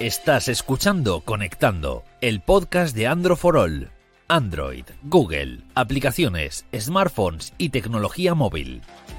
Estás escuchando Conectando, el podcast de Android for All. Android, Google, aplicaciones, smartphones y tecnología móvil.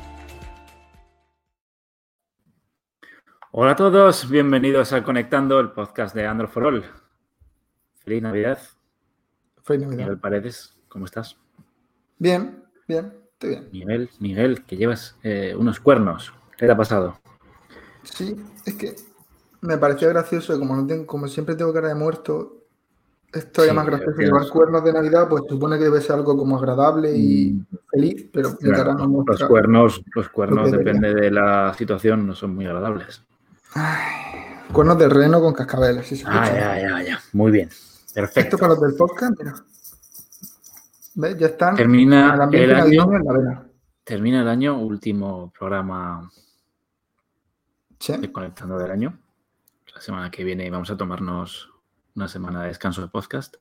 Hola a todos, bienvenidos a Conectando, el podcast de Android for All. Feliz Navidad. Feliz Navidad. Miguel Paredes, ¿cómo estás? Bien, estoy bien. Miguel, que llevas unos cuernos. ¿Qué te ha pasado? Sí, es que me parecía gracioso, como siempre tengo cara de muerto, esto es más gracioso. Llevar cuernos de Navidad, pues supone que debe ser algo como agradable y feliz, pero mi cara no muestra. Los cuernos depende de la situación, no son muy agradables. Ay, cuernos de reno con cascabeles, si se escucha. Ya. Muy bien. Perfecto. Esto para los del podcast, mira. ¿Ves? Ya están. Termina el año. En la vena. Termina el año, último programa de Conectando del año. La semana que viene vamos a tomarnos una semana de descanso de podcast.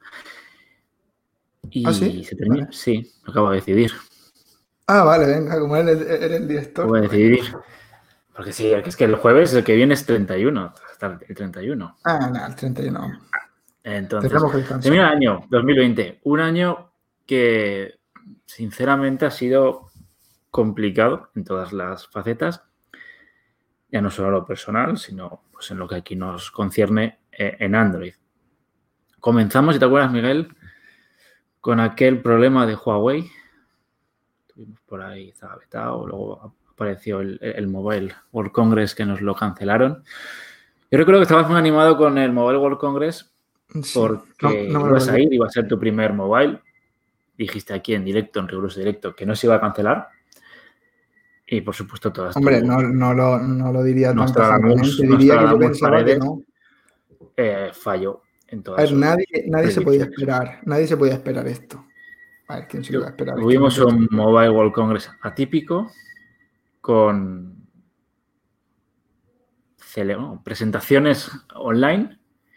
Y ¿sí? Se termina. Vale. Sí, lo acabo de decidir. Vale, venga, como eres el director. Voy a decidir. Porque sí, es que el jueves el que viene es 31. Hasta el 31. No, el 31. Entonces, termina el año 2020. Un año que, sinceramente, ha sido complicado en todas las facetas. Ya no solo en lo personal, sino pues, en lo que aquí nos concierne en Android. Comenzamos, si te acuerdas, Miguel, con aquel problema de Huawei. Tuvimos por ahí, estaba vetado, luego apareció el Mobile World Congress que nos lo cancelaron. Yo recuerdo que estabas muy animado con el Mobile World Congress porque ibas a ir, iba a ser tu primer mobile. Dijiste aquí en directo, en riguroso directo, que no se iba a cancelar. Y por supuesto todas Hombre, no lo diría tan tajantemente. Diría que yo pensaba que no. Falló en todas. Nadie se podía esperar. Nadie se podía esperar esto. A ver, ¿quién se lo iba a esperar? Tuvimos un Mobile World Congress atípico con presentaciones online,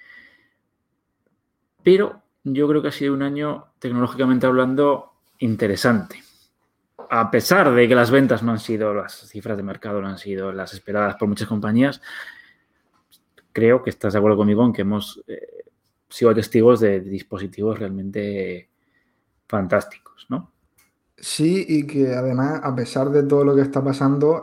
pero yo creo que ha sido un año, tecnológicamente hablando, interesante. A pesar de que las ventas no han sido, las cifras de mercado no han sido las esperadas por muchas compañías, creo que estás de acuerdo conmigo en que hemos sido testigos de dispositivos realmente fantásticos, ¿no? Sí, y que además, a pesar de todo lo que está pasando,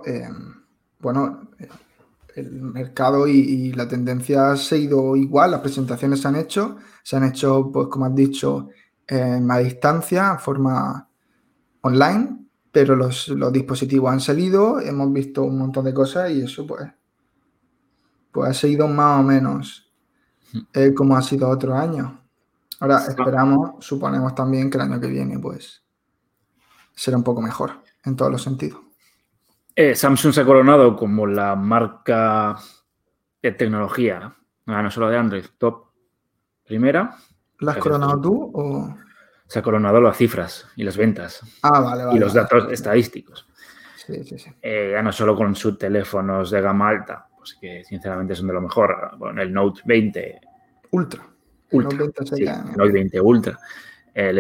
el mercado y la tendencia ha seguido igual. Las presentaciones se han hecho, pues como has dicho, a distancia, en forma online, pero los dispositivos han salido, hemos visto un montón de cosas y eso pues ha seguido más o menos como ha sido otros años. Ahora suponemos también que el año que viene pues será un poco mejor en todos los sentidos. Samsung se ha coronado como la marca de tecnología, no solo de Android, top primera. ¿La has coronado tú o...? Se ha coronado las cifras y las ventas. Vale. Y los datos estadísticos. Sí. Ya no solo con sus teléfonos de gama alta, pues que sinceramente son de lo mejor. Bueno, el Note 20 Ultra. El Note 20 Ultra. El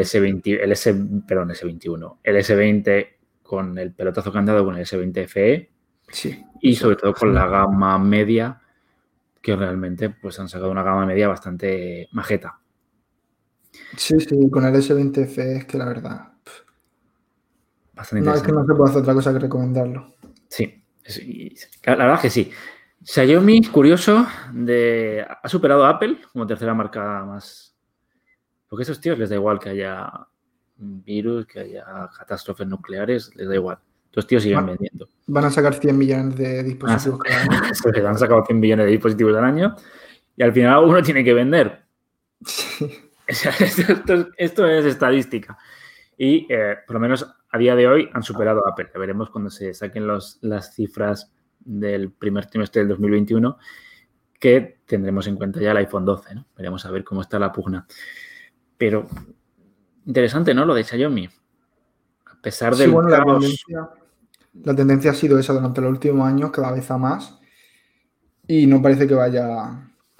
S21. El S20 con el pelotazo que han dado con el S20 FE. Sí. Y sobre todo con la gama media, que realmente pues han sacado una gama media bastante majeta. Sí, con el S20 FE es que la verdad... Bastante es que no se puede hacer otra cosa que recomendarlo. Sí, la verdad es que sí. Xiaomi, curioso, ha superado a Apple como tercera marca más. Porque a esos tíos les da igual que haya un virus, que haya catástrofes nucleares, les da igual. Estos tíos siguen vendiendo. Van a sacar 100 millones de dispositivos cada año. Han sacado 100 millones de dispositivos al año y al final uno tiene que vender. Sí. Esto es estadística. Y por lo menos a día de hoy han superado a Apple. Ya veremos cuando se saquen las cifras del primer trimestre del 2021, que tendremos en cuenta ya el iPhone 12, ¿no? Veremos a ver cómo está la pugna. Pero interesante, ¿no? Lo de Xiaomi. A pesar del caos... La tendencia ha sido esa durante los últimos años, cada vez a más. Y no parece que vaya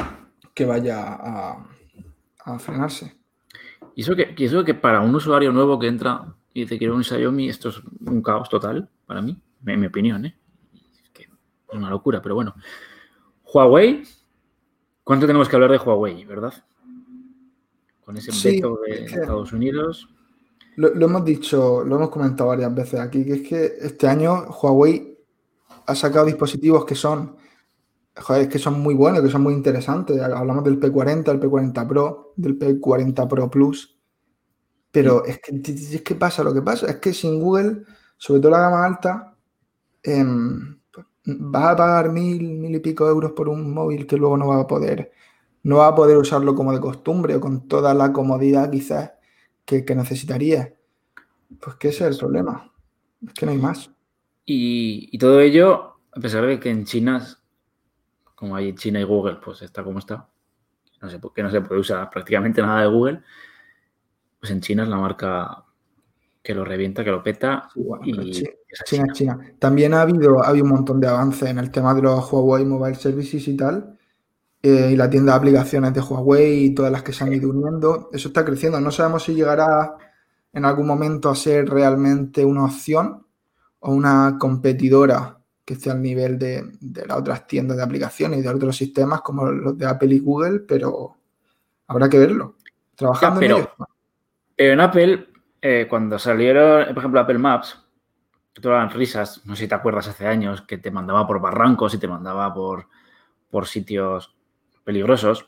a frenarse. Y eso que para un usuario nuevo que entra y dice quiero un Xiaomi, esto es un caos total para mí, en mi opinión, ¿eh? Es que es una locura, pero bueno. Huawei ¿Cuánto tenemos que hablar de Huawei, verdad? Con ese veto de es que Estados Unidos. lo hemos dicho, lo hemos comentado varias veces aquí, que es que este año Huawei ha sacado dispositivos que son muy buenos, que son muy interesantes. Hablamos del P40, el P40 Pro, del P40 Pro Plus. Pero es que pasa lo que pasa. Es que sin Google, sobre todo la gama alta, vas a pagar 1.000 y pico euros por un móvil que luego no vas a poder usarlo como de costumbre o con toda la comodidad quizás que necesitarías. Pues que ese es el problema. Es que no hay más. Y todo ello, a pesar de que en China, como hay China y Google, pues está como está, no sé por qué no se puede usar prácticamente nada de Google, pues en China es la marca que lo revienta, que lo peta. Sí, bueno, pero Y China es China. También ha habido un montón de avances en el tema de los Huawei Mobile Services y tal, y la tienda de aplicaciones de Huawei y todas las que se han ido uniendo. Eso está creciendo. No sabemos si llegará en algún momento a ser realmente una opción o una competidora que esté al nivel de las otras tiendas de aplicaciones y de otros sistemas como los de Apple y Google, pero habrá que verlo. Trabajando en ello. Pero en Apple, cuando salieron, por ejemplo, Apple Maps, que todas las risas, no sé si te acuerdas hace años, que te mandaba por barrancos y te mandaba por sitios peligrosos.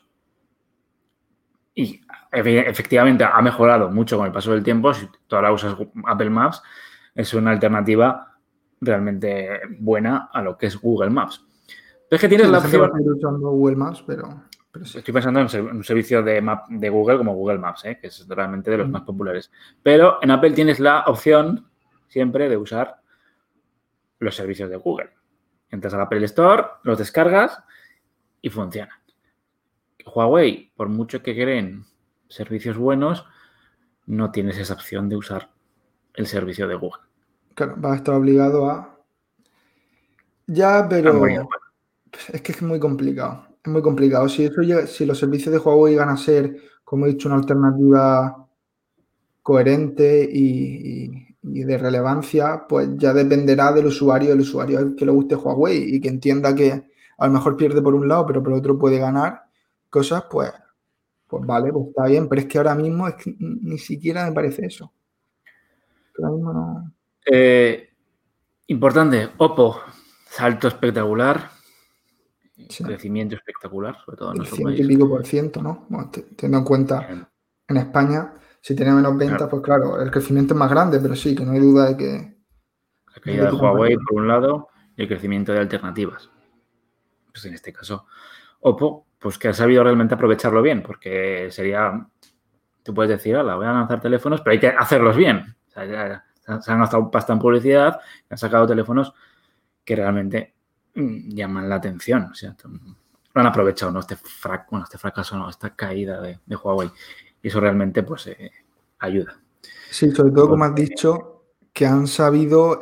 Y efectivamente ha mejorado mucho con el paso del tiempo. Si tú ahora usas Apple Maps, es una alternativa realmente buena a lo que es Google Maps. Pero es que tienes la opción... Va a seguir usando Google Maps, pero sí. Estoy pensando en un servicio de Google como Google Maps, que es realmente de los más populares. Pero en Apple tienes la opción siempre de usar los servicios de Google. Entras al Apple Store, los descargas y funcionan. Huawei, por mucho que creen servicios buenos, no tienes esa opción de usar el servicio de Google. Claro, vas a estar obligado a... Ya, pero es que es muy complicado. Es muy complicado. Si los servicios de Huawei llegan a ser, como he dicho, una alternativa coherente y de relevancia, pues ya dependerá del usuario que le guste Huawei y que entienda que a lo mejor pierde por un lado, pero por otro puede ganar cosas, pues vale, pues está bien. Pero es que ahora mismo es que ni siquiera me parece eso. Ahora mismo no. Importante, Oppo, salto espectacular, Sí. crecimiento espectacular, sobre todo en nuestro 100 país. y pico por ciento, ¿no? Bueno, teniendo en cuenta en España, si tiene menos ventas, pues claro, el crecimiento es más grande, pero sí, que no hay duda de que... La caída de Huawei, por un lado, y el crecimiento de alternativas. Pues en este caso, Oppo, pues que ha sabido realmente aprovecharlo bien, porque sería... Tú puedes decir, hola, voy a lanzar teléfonos, pero hay que hacerlos bien. O sea, ya se han gastado pasta en publicidad, han sacado teléfonos que realmente llaman la atención. O sea, lo han aprovechado, ¿no? Este fracaso, no, esta caída de Huawei. Y eso realmente, pues, ayuda. Sí, sobre todo, como has dicho, que han sabido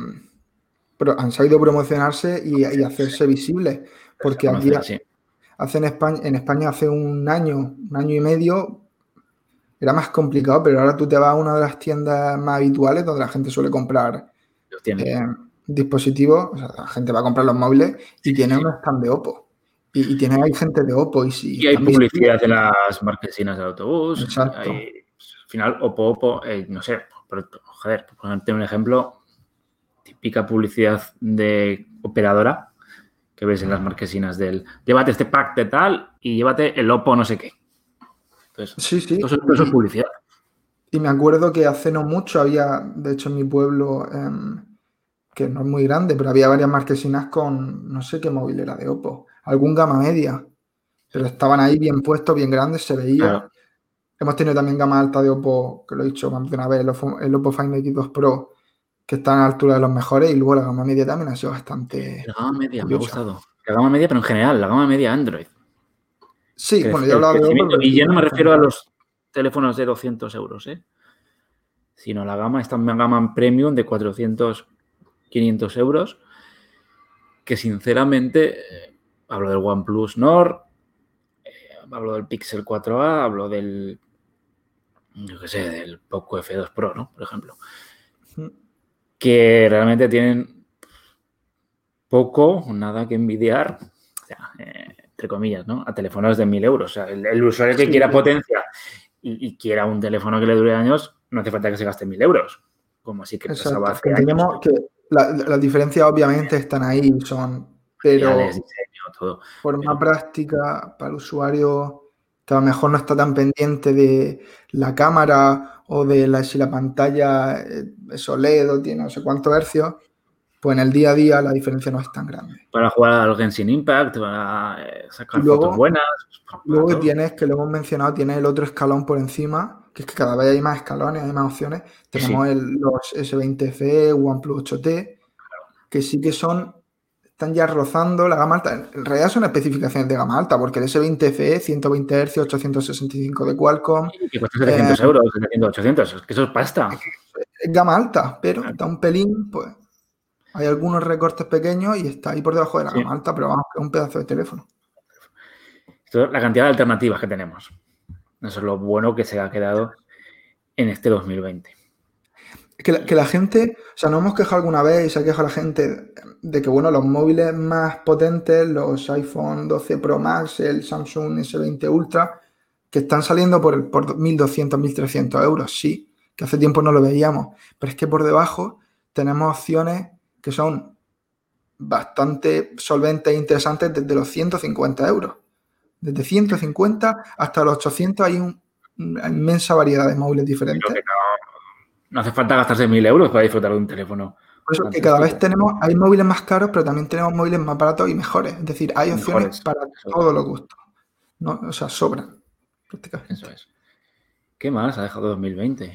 promocionarse y hacerse visibles. Porque aquí en España hace un año y medio, era más complicado, pero ahora tú te vas a una de las tiendas más habituales donde la gente suele comprar dispositivos, o sea, la gente va a comprar los móviles y tiene un stand de Oppo. Y hay gente de Oppo. Y hay publicidad de las marquesinas del autobús. Exacto. Al final, Oppo, no sé, pero, joder, por ponerte un ejemplo, típica publicidad de operadora que ves en las marquesinas del llévate este pack de tal y llévate el Oppo no sé qué. Entonces, sí. Eso es publicidad. Y me acuerdo que hace no mucho había, de hecho en mi pueblo, que no es muy grande, pero había varias marquesinas con, no sé qué móvil era de Oppo, algún gama media, pero estaban ahí bien puestos, bien grandes, se veía. Claro. Hemos tenido también gama alta de Oppo, que lo he dicho más de una vez, el Oppo Find X2 Pro, que está a la altura de los mejores, y luego la gama media también ha sido bastante... La gama media me ha gustado. La gama media, pero en general, la gama media Android. Sí, bueno, yo he hablado de Oppo. Y yo no me refiero a los teléfonos de 200 euros, sino la gama, esta gama premium de 400, 500 euros, que sinceramente, hablo del OnePlus Nord, hablo del Pixel 4a, hablo del, yo qué sé, del Poco F2 Pro, ¿no? Por ejemplo. Que realmente tienen poco o nada que envidiar. O sea, entre comillas, ¿no? A teléfonos de 1.000 euros. O sea, el usuario que quiera potencia y quiera un teléfono que le dure años, no hace falta que se gaste 1.000 euros. Como así que pasaba hace años. Entendemos que las diferencias obviamente están ahí, pero diseño, todo. Forma práctica para el usuario que a lo mejor no está tan pendiente de la cámara o de si la pantalla es OLED o tiene no sé cuántos hercios, pues en el día a día la diferencia no es tan grande. Para jugar al Genshin Impact, para sacar fotos buenas. Luego tienes, que lo hemos mencionado, tienes el otro escalón por encima, que es que cada vez hay más escalones, hay más opciones. Tenemos los S20 FE, OnePlus 8T, que sí que están ya rozando la gama alta. En realidad son especificaciones de gama alta, porque el S20 FE, 120 Hz, 865 de Qualcomm. Y que cuesta 700 euros, 700, 800, es que eso es pasta. Es gama alta, pero da un pelín, pues hay algunos recortes pequeños y está ahí por debajo de la gama alta, pero vamos, que es un pedazo de teléfono. Esto es la cantidad de alternativas que tenemos. Eso es lo bueno que se ha quedado en este 2020. Que la gente, o sea, nos hemos quejado alguna vez y se ha quejado la gente de que, bueno, los móviles más potentes, los iPhone 12 Pro Max, el Samsung S20 Ultra, que están saliendo por 1.200, 1.300 euros, sí, que hace tiempo no lo veíamos, pero es que por debajo tenemos opciones que son bastante solventes e interesantes desde los 150 euros. Desde 150 hasta los 800 hay una inmensa variedad de móviles diferentes. No hace falta gastarse 1.000 euros para disfrutar de un teléfono. Por eso que cada vez hay móviles más caros, pero también tenemos móviles más baratos y mejores. Es decir, hay opciones para todos los gustos. ¿No? O sea, sobran prácticamente. Eso es. ¿Qué más ha dejado 2020?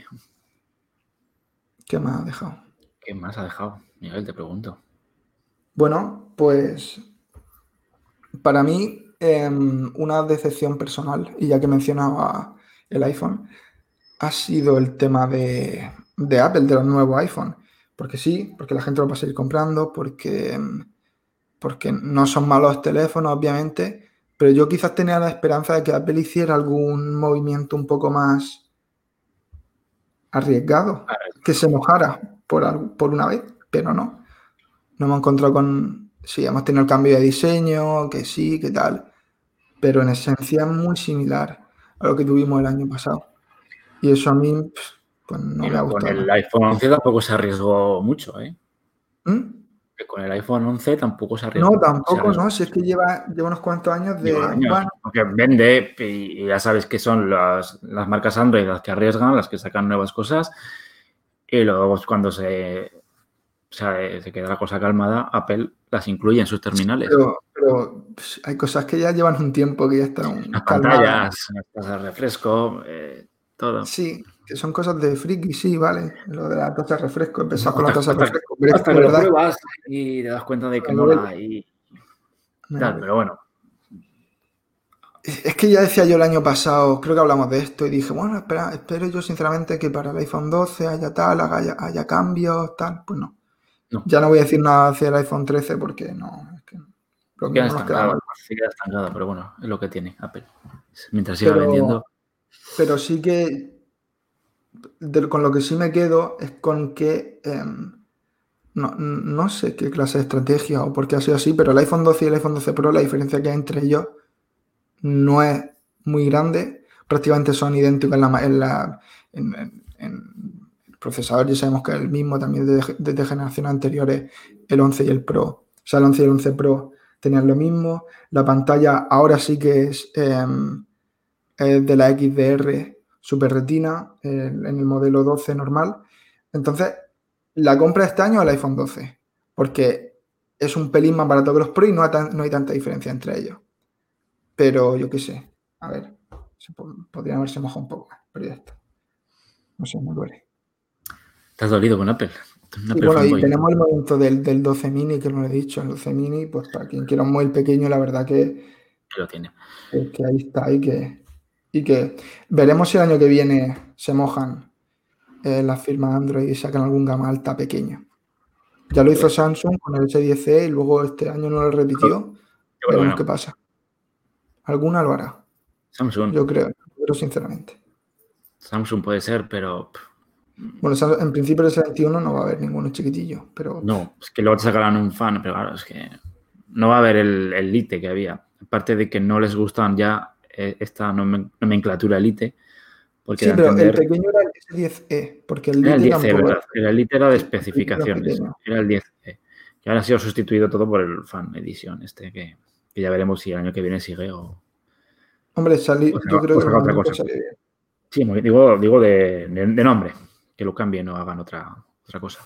¿Qué más ha dejado? ¿Qué más ha dejado? Miguel, te pregunto. Bueno, pues para mí una decepción personal, y ya que mencionaba el iPhone, ha sido el tema de Apple, de los nuevos iPhone. Porque sí, porque la gente lo va a seguir comprando, porque no son malos teléfonos, obviamente, pero yo quizás tenía la esperanza de que Apple hiciera algún movimiento un poco más arriesgado, que se mojara por una vez, pero no. No hemos encontrado con... Sí, hemos tenido el cambio de diseño, que sí, que tal, pero en esencia es muy similar a lo que tuvimos el año pasado. Y eso a mí pues no me ha gustado. Con el iPhone 11 tampoco se arriesgó mucho, ¿eh? Que con el iPhone 11 tampoco se arriesgó. No, tampoco, no. Si es que lleva unos cuantos años de... Bueno, porque vende, y ya sabes que son las marcas Android las que arriesgan, las que sacan nuevas cosas, y luego cuando se queda la cosa calmada, Apple las incluye en sus terminales. Pero hay cosas que ya llevan un tiempo que ya están las pantallas, las tasas de refresco, todo. Sí, que son cosas de friki, sí, vale. Lo de la tasa de refresco, empezar con la tasa de refresco. Hasta que lo pruebas y te das cuenta de que no la hay. Pero bueno. Es que ya decía yo el año pasado, creo que hablamos de esto y dije, bueno, espero yo sinceramente que para el iPhone 12 haya tal, haya cambios, tal. Pues no. Ya no voy a decir nada hacia el iPhone 13 porque no. Es que queda estancado, pero bueno, es lo que tiene Apple. Mientras siga vendiendo. Pero sí que con lo que sí me quedo es con que no sé qué clase de estrategia o por qué ha sido así, pero el iPhone 12 y el iPhone 12 Pro, la diferencia que hay entre ellos no es muy grande. Prácticamente son idénticos en el procesador. Ya sabemos que es el mismo también desde generaciones anteriores, el 11 y el Pro. O sea, el 11 y el 11 Pro tenían lo mismo. La pantalla ahora sí que es de la XDR Super Retina en el modelo 12 normal. Entonces, la compra de este año es el iPhone 12, porque es un pelín más barato que los Pro y no hay tanta diferencia entre ellos. Pero yo qué sé, a ver, podrían haberse mojado un poco más, pero ya está. No sé, me duele. ¿Te has dolido con Apple? Y bueno, y tenemos el momento del 12 mini, que lo he dicho, el 12 mini, pues para quien quiera un móvil pequeño, la verdad que lo tiene. Que ahí está y que veremos si el año que viene se mojan las firmas Android y sacan algún gama alta pequeño. Ya lo hizo Samsung con el S10e y luego este año no lo repitió. Veremos qué pasa. Alguna lo hará. Samsung. Yo creo sinceramente. Samsung puede ser, pero... Bueno, en principio el S21 no va a haber ninguno chiquitillo, pero... No, es que luego te sacarán un fan, pero claro, es que no va a haber el Lite que había. aparte de que no les gustan ya esta nomenclatura Elite. Porque sí, pero el pequeño era el S10e, porque el Lite Lite tampoco... ¿verdad? El Lite era de especificaciones, era el 10e. Que ahora ha sido sustituido todo por el Fan Edition, que ya veremos si el año que viene sigue o... Hombre, yo creo que otra cosa. Sale bien. Sí, digo de nombre, que lo cambien o hagan otra cosa.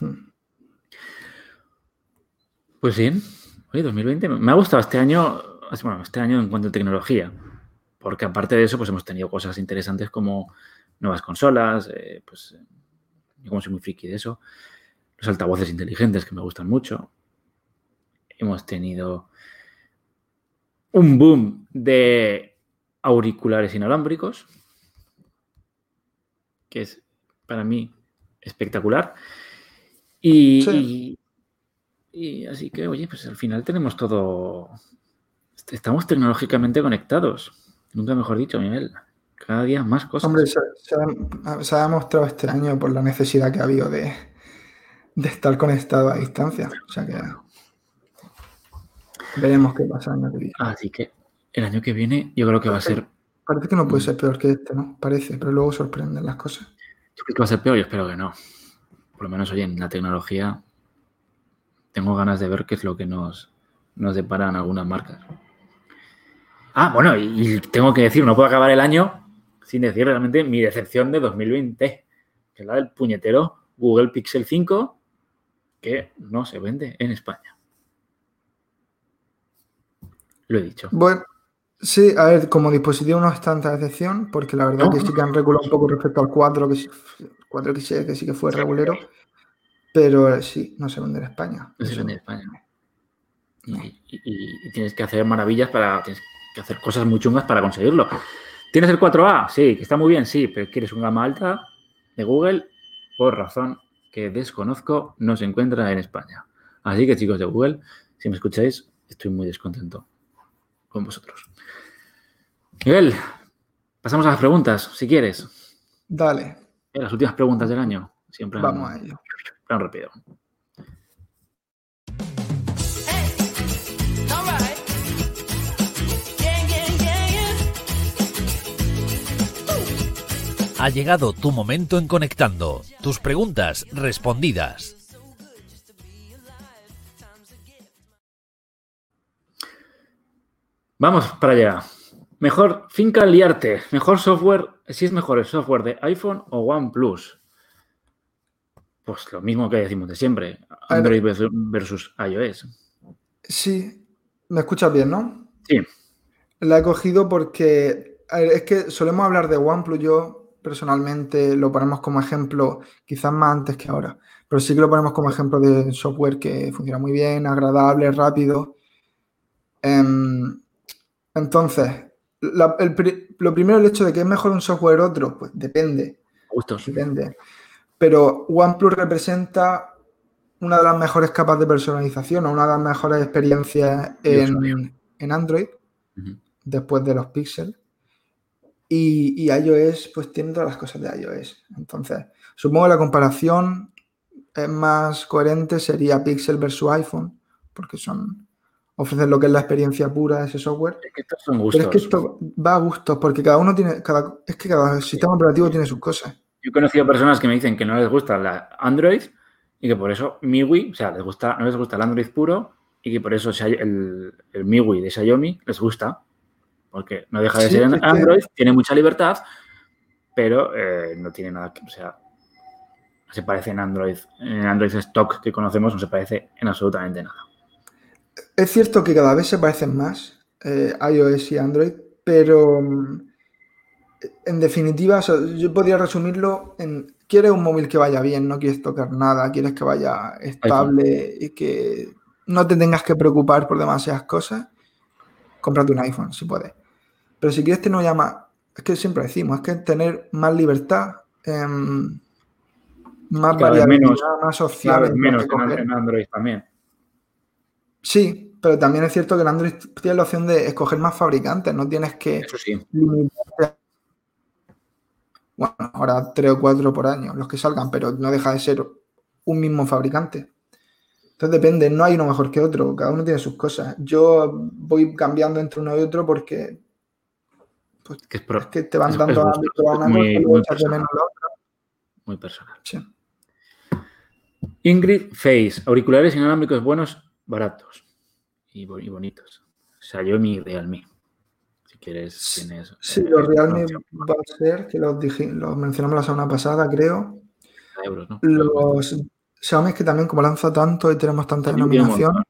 Pues bien, oye, 2020 me ha gustado este año en cuanto a tecnología, porque aparte de eso, pues hemos tenido cosas interesantes como nuevas consolas, pues yo como soy muy friki de eso, los altavoces inteligentes que me gustan mucho. Hemos tenido un boom de auriculares inalámbricos, que es para mí espectacular. Y así que, oye, pues al final tenemos todo... Estamos tecnológicamente conectados. Nunca mejor dicho, Miguel. Cada día más cosas. Hombre, se ha demostrado este año por la necesidad que ha habido de estar conectado a distancia. O sea que veremos qué pasa el año que viene. Así que el año que viene yo creo que va a ser... Parece que no puede ser peor que este, ¿no? Parece, pero luego sorprenden las cosas. Yo creo que va a ser peor, yo espero que no. Por lo menos, oye, en la tecnología tengo ganas de ver qué es lo que nos deparan algunas marcas. Bueno, y tengo que decir, no puedo acabar el año sin decir realmente mi decepción de 2020, que es la del puñetero Google Pixel 5, que no se vende en España. Lo he dicho. Bueno, sí, a ver, como dispositivo no es tanta decepción, porque la verdad que sí que han reculado un poco respecto al 4, que sí que fue regulero, pero sí, no se vende en España. No se vende en España. Y tienes que hacer maravillas tienes que hacer cosas muy chungas para conseguirlo. ¿Tienes el 4A? Sí, que está muy bien, sí, pero quieres un gama alta de Google, por razón que desconozco, no se encuentra en España. Así que, chicos de Google, si me escucháis, estoy muy descontento con vosotros. Miguel, pasamos a las preguntas, si quieres. Dale. Las últimas preguntas del año. Siempre vamos a ello. Plan rápido. Ha llegado tu momento en Conectando. Tus preguntas respondidas. Vamos para allá. Mejor, finca liarte. Mejor software, si es mejor el software de iPhone o OnePlus. Pues lo mismo que decimos de siempre. Android versus iOS. Sí. ¿Me escuchas bien, no? Sí. La he cogido porque es que solemos hablar de OnePlus. Yo personalmente lo ponemos como ejemplo, quizás más antes que ahora, pero sí que lo ponemos como ejemplo de software que funciona muy bien, agradable, rápido. Entonces, lo primero, el hecho de que es mejor un software u otro, pues depende. Gustos. Depende. Pero OnePlus representa una de las mejores capas de personalización o una de las mejores experiencias en Android, después de los Pixel. Y iOS, pues tiene todas las cosas de iOS. Entonces, supongo que la comparación más coherente sería Pixel versus iPhone, porque ofrecen lo que es la experiencia pura de ese software. Es que estos son gustos. Pero es que esto va a gustos, porque cada uno tiene, cada sistema operativo tiene sus cosas. Yo he conocido personas que me dicen que no les gusta la Android y que por eso MIUI, o sea, no les gusta el Android puro y que por eso el MIUI de Xiaomi les gusta. Porque no deja de ser Android, tiene mucha libertad, pero no tiene nada que... O sea, no se parece en Android stock que conocemos, no se parece en absolutamente nada. Es cierto que cada vez se parecen más iOS y Android, pero en definitiva, o sea, yo podría resumirlo en... Quieres un móvil que vaya bien, no quieres tocar nada, quieres que vaya estable iPhone. Y que no te tengas que preocupar por demasiadas cosas, cómprate un iPhone si puedes. Pero si quieres tener es que siempre decimos, es que tener más libertad, más variabilidad, más opciones. Menos en Android también. Sí, pero también es cierto que en Android tienes la opción de escoger más fabricantes, no tienes que limitarte. Bueno, ahora 3 o 4 por año, los que salgan, pero no deja de ser un mismo fabricante. Entonces depende, no hay uno mejor que otro, cada uno tiene sus cosas. Yo voy cambiando entre uno y otro porque pues, es que te van dando a una cosa y luego echas de menos la otra. Muy personal. Sí. Ingrid Face, auriculares inalámbricos buenos, baratos y bonitos. Xiaomi y Realme. Si quieres, tienes... Sí, los Realme va a ser, que los mencionamos la semana pasada, creo. Euros, ¿no? Los Xiaomi es que también como lanza tanto y tenemos tanta denominación,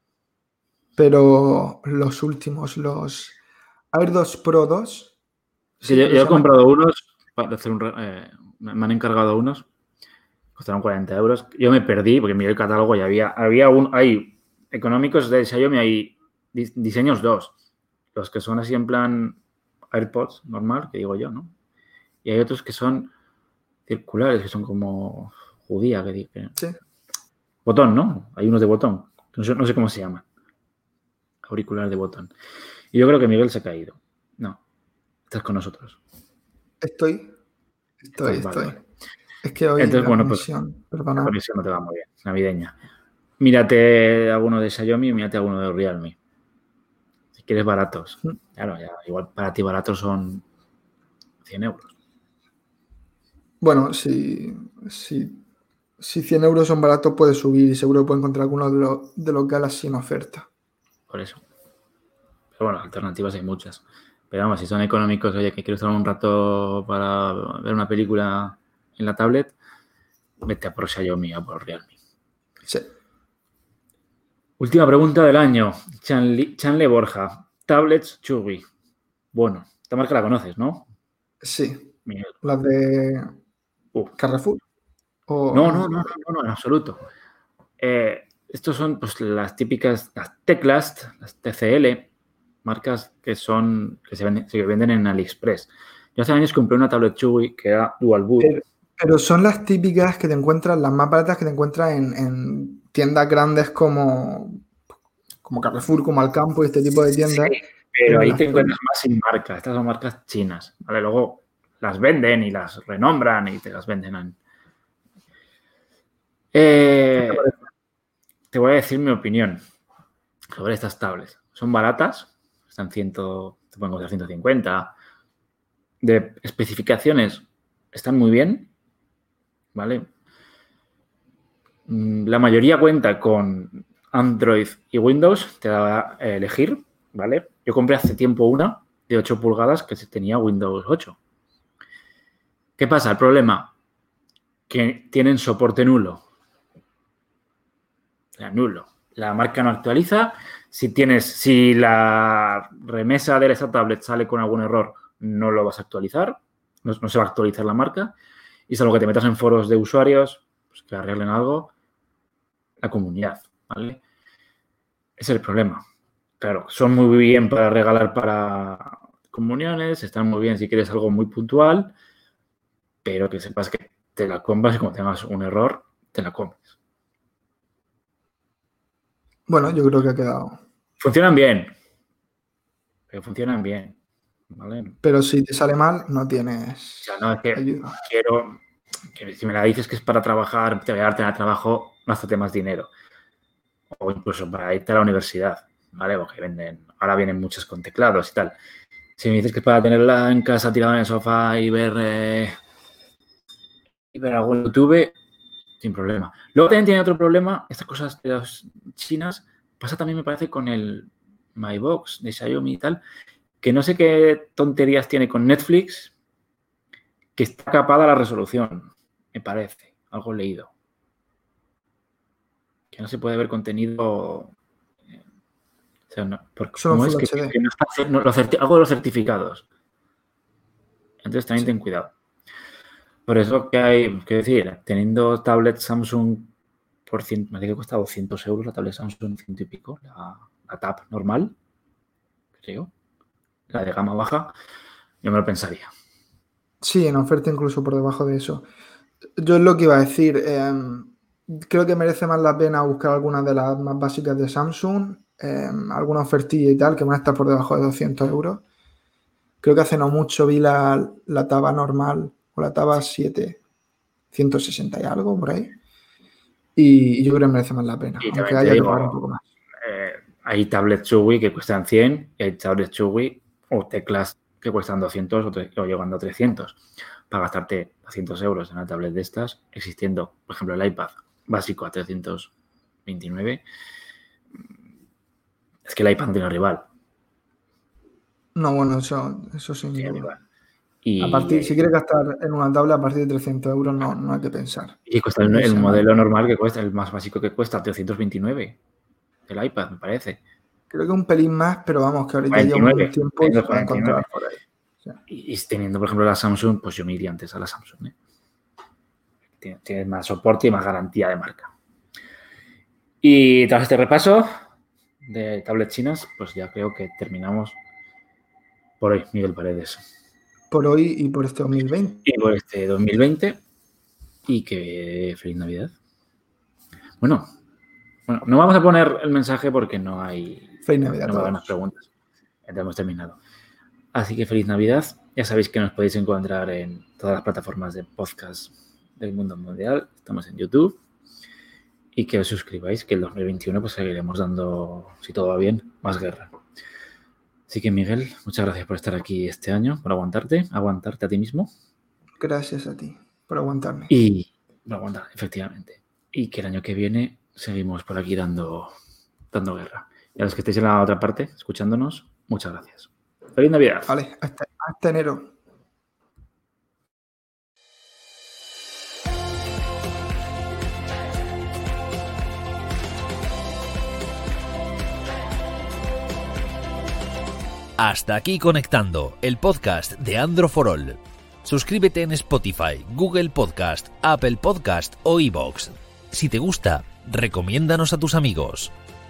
pero los últimos, los AirDots Pro 2. Sí, yo he comprado unos, para hacer me han encargado unos, costaron 40 euros. Yo me perdí porque miré el catálogo y hay económicos de Xiaomi, hay diseños 2, los que son así en plan AirPods normal, que digo yo, ¿no? Y hay otros que son circulares, que son como judía, que dije. Sí. Botón, ¿no? Hay unos de botón. No sé cómo se llaman. Auriculares de botón. Y yo creo que Miguel se ha caído. No. Estás con nosotros. Estoy. Vale. Es que hoy entonces, la conexión, perdona. La conexión no te va muy bien, navideña. Mírate alguno de Xiaomi y mírate alguno de Realme. Si quieres baratos. Claro, ya, igual para ti baratos son 100 euros. Bueno, si 100 euros son baratos, puedes subir y seguro puedes encontrar algunos de los Galaxy en oferta. Por eso. Pero bueno, alternativas hay muchas. Pero vamos, si son económicos, oye, que quiero estar un rato para ver una película en la tablet, vete a por Xiaomi o por Realme. Sí. Última pregunta del año. Chanle Borja. Tablets Chugui. Bueno, esta marca la conoces, ¿no? Sí. Miguel. ¿Las de Carrefour? No, en absoluto. Estos son pues, las típicas, las Teclast, las TCL, marcas que se venden en AliExpress. Yo hace años compré una tablet Chugui que era Dual Boot. Pero son las típicas que te encuentras, las más baratas que te encuentras en tiendas grandes como Carrefour, como Alcampo y este tipo de tiendas. Sí, pero ahí te encuentras más sin marca. Estas son marcas chinas. ¿Vale? Luego las venden y las renombran y te las venden. Te voy a decir mi opinión sobre estas tablets. Son baratas, están te pueden costar 150. De especificaciones están muy bien, ¿vale? La mayoría cuenta con Android y Windows, te da a elegir, ¿vale? Yo compré hace tiempo una de 8 pulgadas que tenía Windows 8. ¿Qué pasa? El problema, que tienen soporte nulo. O sea, nulo. La marca no actualiza. Si la remesa de esa tablet sale con algún error, no lo vas a actualizar. No se va a actualizar la marca. Y salvo que te metas en foros de usuarios, pues que arreglen algo, la comunidad, ¿vale? Ese es el problema. Claro, son muy bien para regalar para comuniones, están muy bien si quieres algo muy puntual, pero que sepas que te la compras y como tengas un error, te la comes. Bueno, yo creo que ha quedado. Funcionan bien. Pero funcionan bien. ¿Vale? Pero si te sale mal, no tienes. O sea, no es que ayuda. quiero que si me la dices que es para trabajar, te voy a darte al trabajo, gástate más dinero. O incluso para irte a la universidad, ¿vale? Porque ahora vienen muchos con teclados y tal. Si me dices que es para tenerla en casa tirada en el sofá y ver algún YouTube, sin problema. Luego también tiene otro problema, estas cosas de las chinas, pasa también me parece con el MyBox de Xiaomi y tal, que no sé qué tonterías tiene con Netflix, que está capada la resolución, me parece, algo leído. Que no se puede ver contenido. O sea, no, porque solo es que no está algo de los certificados. Entonces también ten cuidado. Por eso que hay que decir, teniendo tablet Samsung por me parece que cuesta 200 euros la tablet Samsung, 100 y pico, la Tab normal, creo, la de gama baja, yo me lo pensaría. Sí, en oferta incluso por debajo de eso. Yo es lo que iba a decir, creo que merece más la pena buscar algunas de las más básicas de Samsung, alguna ofertilla y tal, que van a estar por debajo de 200 euros. Creo que hace no mucho vi la Tab normal o la Tab 7, 160 y algo por ahí. y yo creo que merece más la pena, aunque haya que pagar un poco más. Hay tablets Chewy que cuestan 100 y hay tablets Chewy o teclas que cuestan 200 o llegando a 300. Para gastarte 200 euros en una tablet de estas, existiendo, por ejemplo, el iPad básico a 329, es que el iPad no tiene rival. No, bueno, eso sin tiene duda. rival. Y, a partir, si quieres gastar en una tablet a partir de 300 euros, no hay que pensar. Y cuesta el modelo normal que cuesta, el más básico que cuesta 329, el iPad, me parece. Creo que un pelín más, pero vamos, que ahora ya lleva un tiempo y se va a encontrar por ahí. O sea. Y teniendo, por ejemplo, la Samsung, pues yo me iría antes a la Samsung. Tiene más soporte y más garantía de marca. Y tras este repaso de tablets chinas, pues ya creo que terminamos por hoy, Miguel Paredes. Por hoy y por este 2020. Y por este 2020. Y que feliz Navidad. Bueno, no vamos a poner el mensaje porque no hay... Feliz Navidad. No va a haber más preguntas. Ya hemos terminado. Así que feliz Navidad. Ya sabéis que nos podéis encontrar en todas las plataformas de podcast del mundo mundial. Estamos en YouTube. Y que os suscribáis, que el 2021 pues seguiremos dando, si todo va bien, más guerra. Así que, Miguel, muchas gracias por estar aquí este año, por aguantarte a ti mismo. Gracias a ti por aguantarme. Y por aguantar, efectivamente. Y que el año que viene seguimos por aquí dando guerra. Y a los que estéis en la otra parte, escuchándonos, muchas gracias. ¡Feliz Navidad! Vale, hasta enero. Hasta aquí Conectando, el podcast de Andro for All. Suscríbete en Spotify, Google Podcast, Apple Podcast o iVoox. Si te gusta, recomiéndanos a tus amigos.